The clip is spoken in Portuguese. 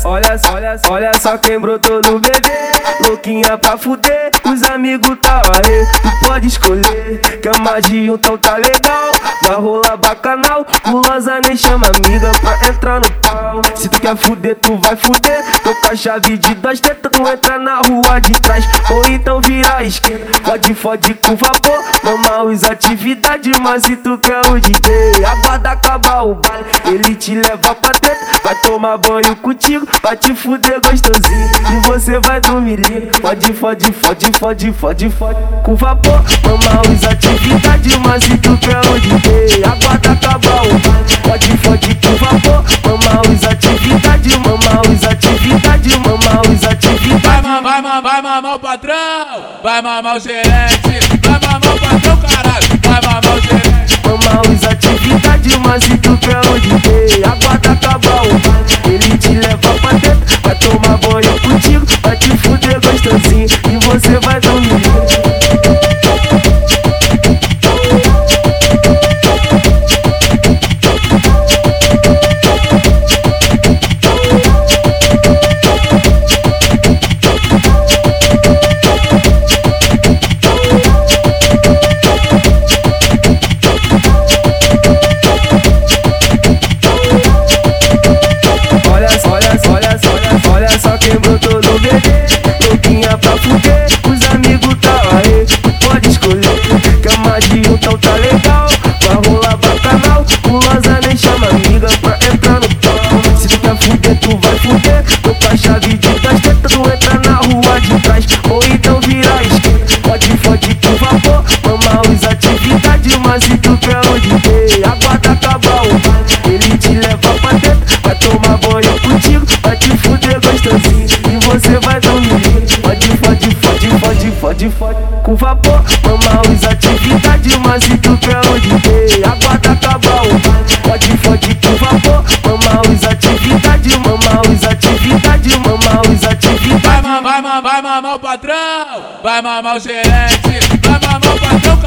olha só quem brotou no bebê. Louquinha pra fuder, os amigos tá aí. Tu pode escolher, quer mais de um, então tá legal. Vai rolar bacanal, gulosa nem chama amiga pra entrar no pau. Se tu quer fuder, tu vai fuder. Tô com a chave de 2 tetas, tu entra na rua de trás. Ou então vira a esquerda, fode com vapor. Normal as atividades, mas se tu quer o DJ, aguarda acabar o baile, ele te leva pra dentro. Vai tomar banho contigo, vai te fuder gostosinho. E você vai dormir lindo. Fode com vapor. Normal as atividades, mas se tu quer o DJ, aguarda acabar o baile, fode com vapor. Normal as atividades, normal as atividades. Vai mamar o patrão, vai mamar o gerente, vai mamar o patrão, caralho, vai mamar o gerente. Normal as atividades, mas se tu quer o DJ, aguarda acabar o baile, ele te leva pra dentro. Vai tomar banho contigo, vai te fuder gostosinho. E você vai dormir. Olha só quem brotou no bebê. Louquinha pra fuder, os amigos tá aí. Tu pode escolher, quer mais de um, então tá legal. Vai rolar bacanal, gulosa nem chama amiga pra entrar no pau. Se tu quer fuder, tu vai fuder. Tô com a chave de 2 tetas, tu entra na rua de trás. Ou então vira a esquerda, fode com vapor. Normal as atividades, mas se tu quer o DJ, aguarda acabar o baile, ele te leva pra dentro. Vai tomar banho contigo, vai te fuder gostosinho. E você vai dormir. Fode com vapor. Normal as atividades, mas se tu quer o DJ, aguarda acabar o baile, fode com vapor. Normal as atividades, Vai mamar o patrão, vai mamar o gerente, vai mamar o patrão,